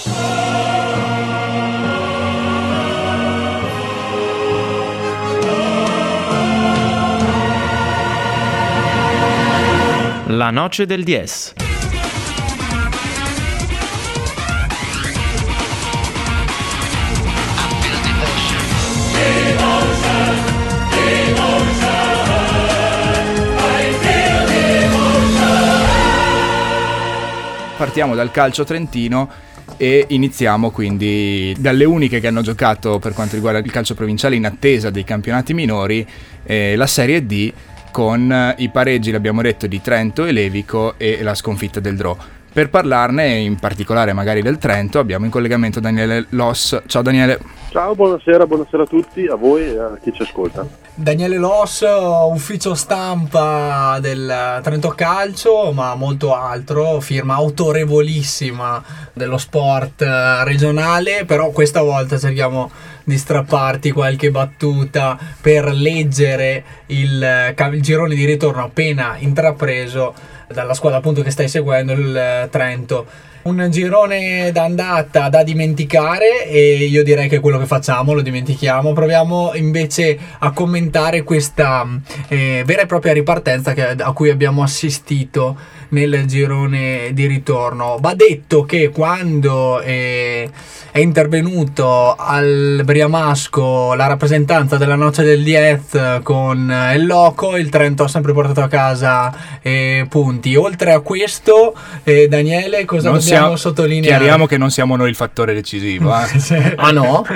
La noche del 10. Partiamo dal calcio trentino e iniziamo quindi dalle uniche che hanno giocato per quanto riguarda il calcio provinciale in attesa dei campionati minori, la Serie D, con i pareggi, l'abbiamo detto, di Trento e Levico e la sconfitta del Drò. Per parlarne, in particolare magari del Trento, abbiamo in collegamento Daniele Loss. Ciao Daniele. Ciao, buonasera a tutti, a voi e a chi ci ascolta. Daniele Loss, ufficio stampa del Trento Calcio, ma molto altro, firma autorevolissima dello sport regionale, però questa volta cerchiamo di strapparti qualche battuta per leggere il girone di ritorno appena intrapreso dalla squadra appunto che stai seguendo, il Trento. Un girone d'andata da dimenticare, e io direi che quello che facciamo lo dimentichiamo. Proviamo invece a commentare questa vera e propria ripartenza a cui abbiamo assistito nel girone di ritorno. Va detto che quando è intervenuto al Briamasco la rappresentanza della Noce del 10 con il Loco, il Trento ha sempre portato a casa punti. Oltre a questo, Daniele, cosa dobbiamo sottolineare? Chiariamo che non siamo noi il fattore decisivo. Ah no?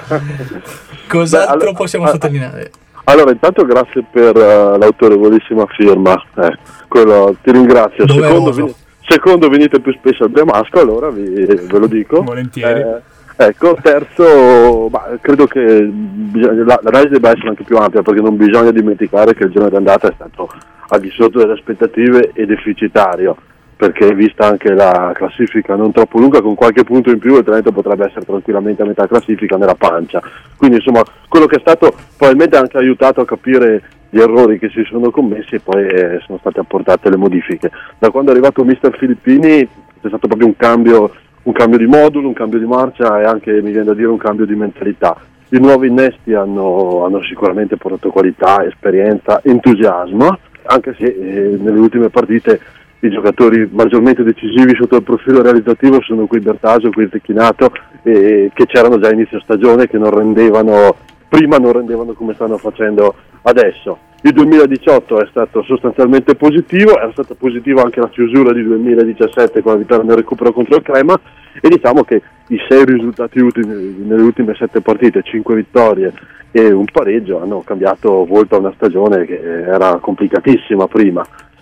Cos'altro possiamo sottolineare? Allora, intanto grazie per l'autorevolissima firma, quello ti ringrazio. Secondo, venite più spesso al Briamasco, allora ve lo dico. Volentieri. Ecco, terzo, credo che l'analisi debba essere anche più ampia, perché non bisogna dimenticare che il girone d'andata è stato al di sotto delle aspettative e deficitario, perché vista anche la classifica non troppo lunga, con qualche punto in più il Trento potrebbe essere tranquillamente a metà classifica nella pancia. Quindi insomma, quello che è stato probabilmente ha anche aiutato a capire gli errori che si sono commessi, e poi sono state apportate le modifiche. Da quando è arrivato mister Filippini c'è stato proprio un cambio di modulo, un cambio di marcia e anche, mi viene da dire, un cambio di mentalità. I nuovi innesti hanno sicuramente portato qualità, esperienza, entusiasmo, anche se nelle ultime partite i giocatori maggiormente decisivi sotto il profilo realizzativo sono qui Bertasio, qui Zecchinato, che c'erano già a inizio stagione, che prima non rendevano come stanno facendo adesso. Il 2018 è stato sostanzialmente positivo, era stata positiva anche la chiusura di 2017 con la vittoria nel recupero contro il Crema, e diciamo che i 6 risultati utili nelle ultime 7 partite, 5 vittorie e un pareggio, hanno cambiato volto a una stagione che era complicatissima prima.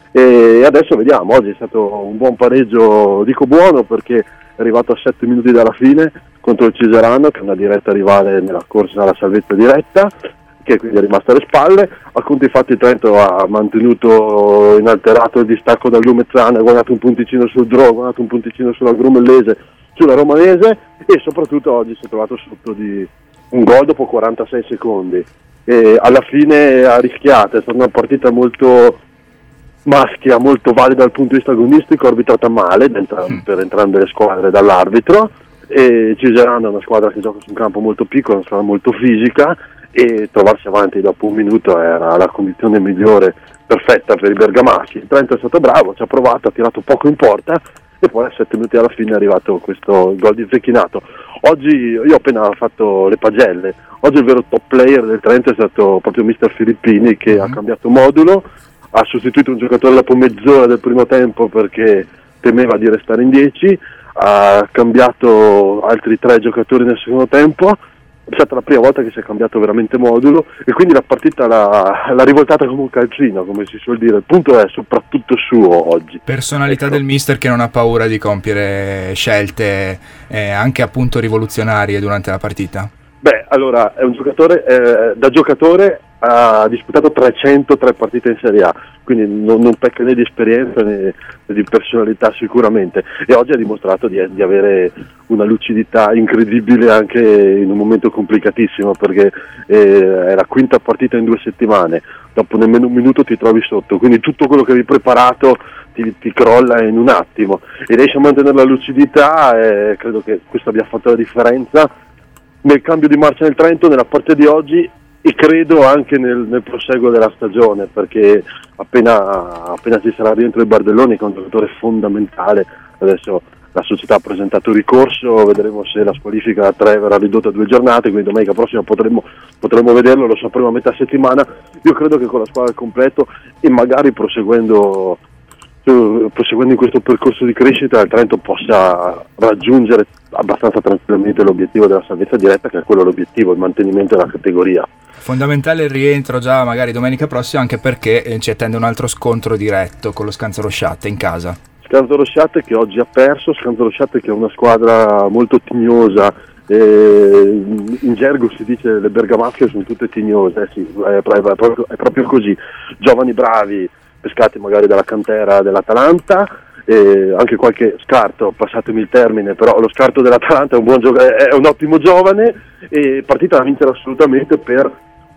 E adesso vediamo, oggi è stato un buon pareggio, dico buono perché è arrivato a 7 minuti dalla fine contro il Ciserano, che è una diretta rivale nella corsa alla salvezza diretta, che quindi è rimasta alle spalle. A conti fatti il Trento ha mantenuto inalterato il distacco dal Lumezzana, ha guadagnato un punticino sul Drò, ha guadagnato un punticino sulla Grumellese, sulla Romanese, e soprattutto oggi si è trovato sotto di un gol dopo 46 secondi. E alla fine ha rischiato, è stata una partita molto maschia, molto valida dal punto di vista agonistico, arbitrata male per entrambe le squadre dall'arbitro, e Ciserano è una squadra che gioca su un campo molto piccolo, una squadra molto fisica, e trovarsi avanti dopo un minuto era la condizione migliore, perfetta per i bergamaschi. Il Trento è stato bravo, ci ha provato, ha tirato poco in porta, e poi a 7 minuti alla fine è arrivato questo gol di Zecchinato. Oggi io ho appena fatto le pagelle, oggi il vero top player del Trento è stato proprio mister Filippini, che ha cambiato modulo, ha sostituito un giocatore dopo mezz'ora del primo tempo perché temeva di restare in 10, ha cambiato altri 3 giocatori nel secondo tempo. È stata la prima volta che si è cambiato veramente modulo, e quindi la partita l'ha rivoltata come un calcino, come si suol dire. Il punto è soprattutto suo oggi. Personalità del mister che non ha paura di compiere scelte anche appunto rivoluzionarie durante la partita. Allora, è un giocatore, da giocatore ha disputato 303 partite in Serie A, quindi non pecca né di esperienza né di personalità sicuramente, e oggi ha dimostrato di avere una lucidità incredibile anche in un momento complicatissimo, perché è la quinta partita in 2 settimane, dopo nemmeno un minuto ti trovi sotto, quindi tutto quello che avevi preparato ti crolla in un attimo, e riesci a mantenere la lucidità, e credo che questo abbia fatto la differenza nel cambio di marcia nel Trento, nella partita di oggi, e credo anche nel proseguo della stagione, perché appena ci sarà il rientro di Bardelloni, che è un giocatore fondamentale. Adesso la società ha presentato il ricorso, vedremo se la squalifica da 3 verrà ridotta a 2 giornate, quindi domenica prossima potremo vederlo, lo sapremo a metà settimana. Io credo che con la squadra al completo e magari proseguendo in questo percorso di crescita, il Trento possa raggiungere abbastanza tranquillamente l'obiettivo della salvezza diretta, che è quello l'obiettivo, il mantenimento della categoria. Fondamentale il rientro già magari domenica prossima, anche perché ci attende un altro scontro diretto con lo Scanzorosciate in casa. Scanzorosciate che oggi ha perso, Scanzorosciate che è una squadra molto tignosa, in gergo si dice le bergamasche sono tutte tignose, sì, è proprio così, giovani bravi pescati magari dalla cantera dell'Atalanta, anche qualche scarto, passatemi il termine, però lo scarto dell'Atalanta è un ottimo giovane, e partita da vincere assolutamente per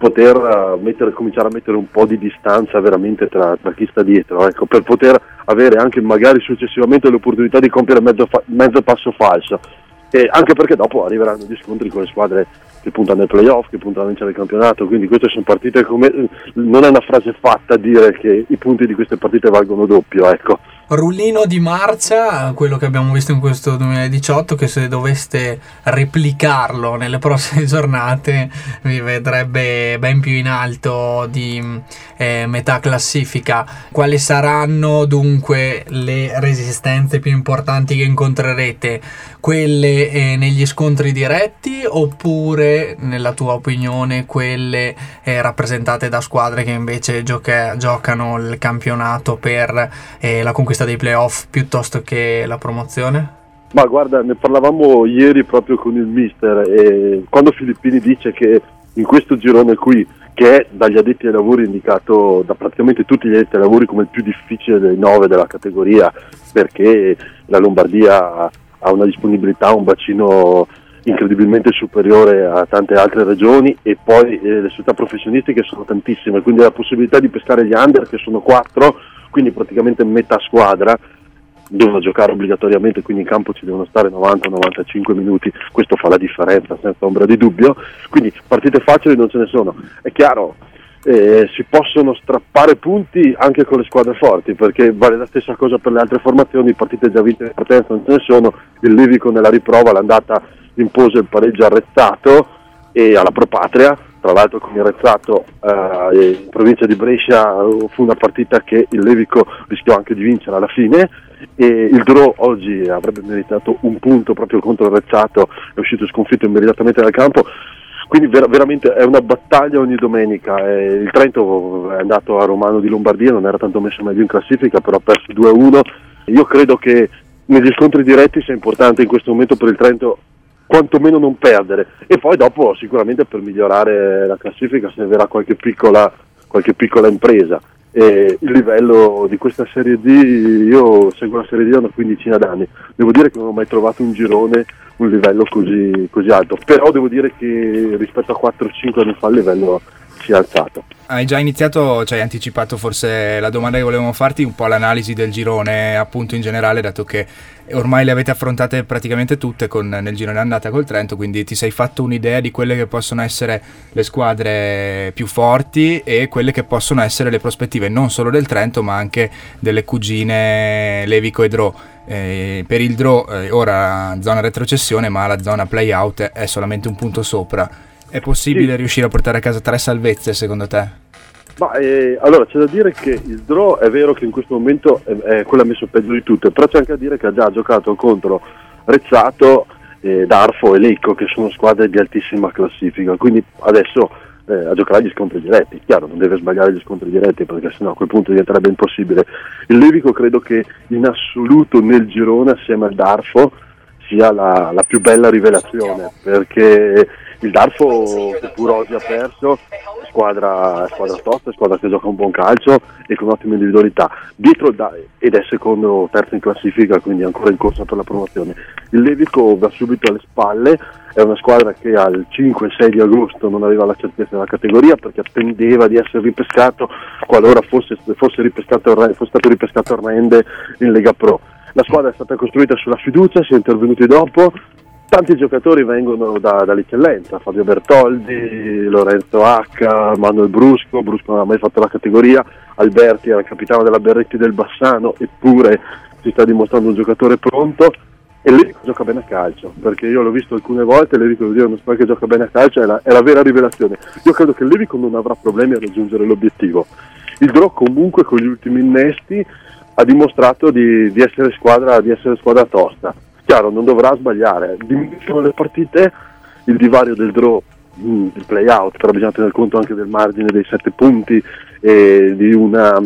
poter cominciare a mettere un po' di distanza veramente tra chi sta dietro, ecco, per poter avere anche magari successivamente l'opportunità di compiere mezzo passo falso, e anche perché dopo arriveranno gli scontri con le squadre che puntano ai playoff, che puntano a vincere il campionato, quindi queste sono partite non è una frase fatta dire che i punti di queste partite valgono doppio, ecco. Rullino di marcia, quello che abbiamo visto in questo 2018, che se doveste replicarlo nelle prossime giornate vi vedrebbe ben più in alto di metà classifica. Quali saranno dunque le resistenze più importanti che incontrerete? Quelle negli scontri diretti, oppure nella tua opinione quelle rappresentate da squadre che invece giocano il campionato per la conquista dei playoff piuttosto che la promozione? Ma guarda, ne parlavamo ieri proprio con il mister, e quando Filippini dice che in questo girone qui, che è dagli addetti ai lavori indicato da praticamente tutti gli addetti ai lavori come il più difficile dei 9 della categoria, perché la Lombardia ha una disponibilità, un bacino incredibilmente superiore a tante altre regioni, e poi le società professionistiche sono tantissime, quindi la possibilità di pescare gli under, che sono 4, quindi praticamente metà squadra devono giocare obbligatoriamente, quindi in campo ci devono stare 90-95 minuti, questo fa la differenza senza ombra di dubbio, quindi partite facili non ce ne sono. È chiaro, si possono strappare punti anche con le squadre forti, perché vale la stessa cosa per le altre formazioni, partite già vinte in partenza non ce ne sono. Il Levico nella riprova l'andata impose il pareggio a Rezzato e alla Pro Patria, tra l'altro con il Rezzato in provincia di Brescia fu una partita che il Levico rischiò anche di vincere alla fine, e il draw oggi avrebbe meritato un punto proprio contro il Rezzato, è uscito sconfitto immediatamente dal campo, quindi veramente è una battaglia ogni domenica. Il Trento è andato a Romano di Lombardia, non era tanto messo meglio in classifica, però ha perso 2-1. Io credo che negli scontri diretti sia importante in questo momento per il Trento quantomeno non perdere, e poi dopo sicuramente per migliorare la classifica servirà qualche piccola impresa. Il livello di questa Serie D, io seguo la Serie D da una quindicina d'anni, devo dire che non ho mai trovato un girone un livello così alto, però devo dire che rispetto a 4-5 anni fa il livello si è alzato. Hai già iniziato, hai anticipato forse la domanda che volevamo farti, un po' l'analisi del girone appunto in generale, dato che ormai le avete affrontate praticamente tutte nel girone andata col Trento, quindi ti sei fatto un'idea di quelle che possono essere le squadre più forti e quelle che possono essere le prospettive non solo del Trento ma anche delle cugine Levico e Drò. Per il Drò ora zona retrocessione, ma la zona play-out è solamente un punto sopra. È possibile riuscire a portare a casa 3 salvezze secondo te? Ma allora c'è da dire che il Draw è vero che in questo momento è quella messo peggio di tutte, però c'è anche da dire che ha già giocato contro Rezzato, Darfo e Lecco, che sono squadre di altissima classifica, quindi adesso a giocare gli scontri diretti. Chiaro, non deve sbagliare gli scontri diretti, perché sennò a quel punto diventerebbe impossibile. Il Levico credo che in assoluto nel girone assieme al Darfo sia la più bella rivelazione, perché il Darfo, seppur oggi ha perso, squadra tosta, squadra che gioca un buon calcio e con ottima individualità, dietro ed è secondo o terzo in classifica, quindi ancora in corsa per la promozione. Il Levico va subito alle spalle, è una squadra che al 5-6 di agosto non aveva la certezza della categoria perché attendeva di essere ripescato qualora fosse stato ripescato il Rende in Lega Pro. La squadra è stata costruita sulla fiducia, si è intervenuti dopo. Tanti giocatori vengono dall'eccellenza, Fabio Bertoldi, Lorenzo H, Manuel Brusco non ha mai fatto la categoria, Alberti era il capitano della Berretti del Bassano, eppure si sta dimostrando un giocatore pronto, e Levico gioca bene a calcio, perché io l'ho visto alcune volte, Levico è una squadra che gioca bene a calcio, è la vera rivelazione. Io credo che Levico non avrà problemi a raggiungere l'obiettivo. Il Drò comunque con gli ultimi innesti ha dimostrato di essere squadra tosta. Chiaro, non dovrà sbagliare, diminuiscono le partite, il divario del draw, il play out, però bisogna tener conto anche del margine dei 7 punti e di una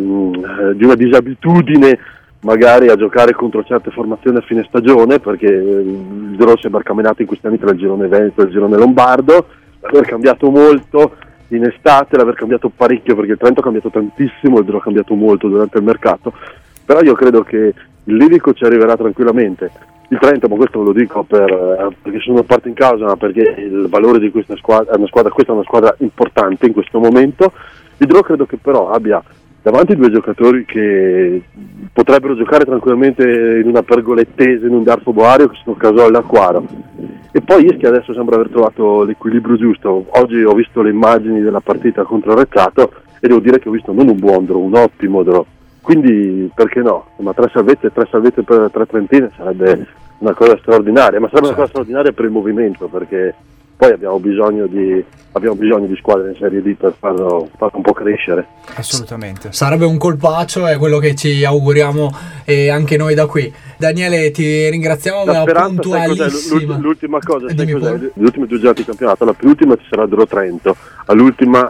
disabitudine magari a giocare contro certe formazioni a fine stagione, perché il draw si è barcamenato in questi anni tra il girone Veneto e il girone Lombardo, l'aver cambiato molto in estate, l'aver cambiato parecchio perché il Trento ha cambiato tantissimo, il draw ha cambiato molto durante il mercato, però io credo che il Livico ci arriverà tranquillamente. Il Trento, ma questo lo dico perché sono parte in causa, ma perché il valore di questa squadra questa è una squadra importante in questo momento. Il Drò credo che però abbia davanti due giocatori che potrebbero giocare tranquillamente in una pergolettese, in un Darfo Boario, che sono Casolla e Acquaro. E poi Ischia adesso sembra aver trovato l'equilibrio giusto. Oggi ho visto le immagini della partita contro Reccato e devo dire che ho visto non un buon Drò, un ottimo Drò. Quindi perché no? Ma tre salvezze per 3 trentine sarebbe una cosa straordinaria, ma sarebbe una cosa straordinaria per il movimento, perché poi abbiamo bisogno di squadre in Serie D per farlo un po' crescere. Assolutamente. Sarebbe un colpaccio, è quello che ci auguriamo anche noi da qui. Daniele, ti ringraziamo per la puntualissima. L'ultima cosa, sai cos'è? Le ultime 2 giornate di campionato, alla penultima ci sarà Drò Trento, all'ultima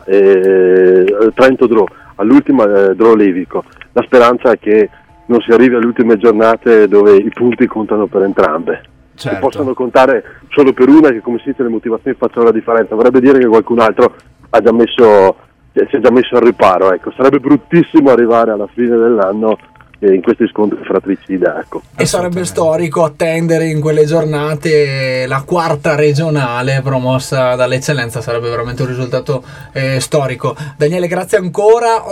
Trento Drò, all'ultima Drò Levico. La speranza è che non si arrivi alle ultime giornate dove i punti contano per entrambe. Certo. Che possano contare solo per una, che come si dice le motivazioni facciano la differenza. Vorrebbe dire che qualcun altro si è già messo al riparo, ecco. Sarebbe bruttissimo arrivare alla fine dell'anno in questi scontri fratricida, ecco. E sarebbe storico attendere in quelle giornate la 4ª regionale promossa dall'eccellenza, sarebbe veramente un risultato storico. Daniele, grazie ancora,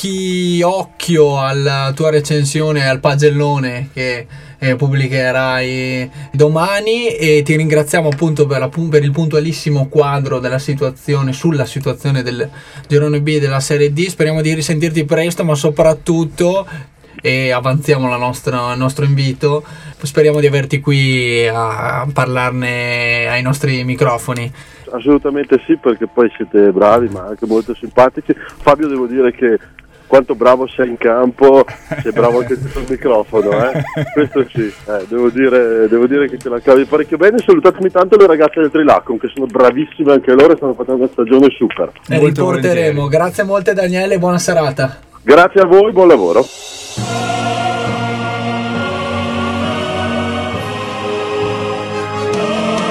occhio alla tua recensione al pagellone che pubblicherai domani, e ti ringraziamo appunto per il puntualissimo quadro della situazione, sulla situazione del girone B della Serie D. Speriamo di risentirti presto, ma soprattutto, e avanziamo il nostro invito, speriamo di averti qui a parlarne ai nostri microfoni. Assolutamente sì, perché poi siete bravi ma anche molto simpatici. Fabio, devo dire che quanto bravo sei in campo, sei bravo anche dietro il microfono, questo sì, devo dire che te la cavi parecchio bene. Salutatemi tanto le ragazze del Trilacum, che sono bravissime anche loro e stanno facendo una stagione super. Ne riporteremo. Grazie molte Daniele, buona serata. Grazie a voi, buon lavoro.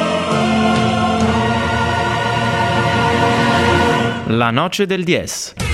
La noce del 10.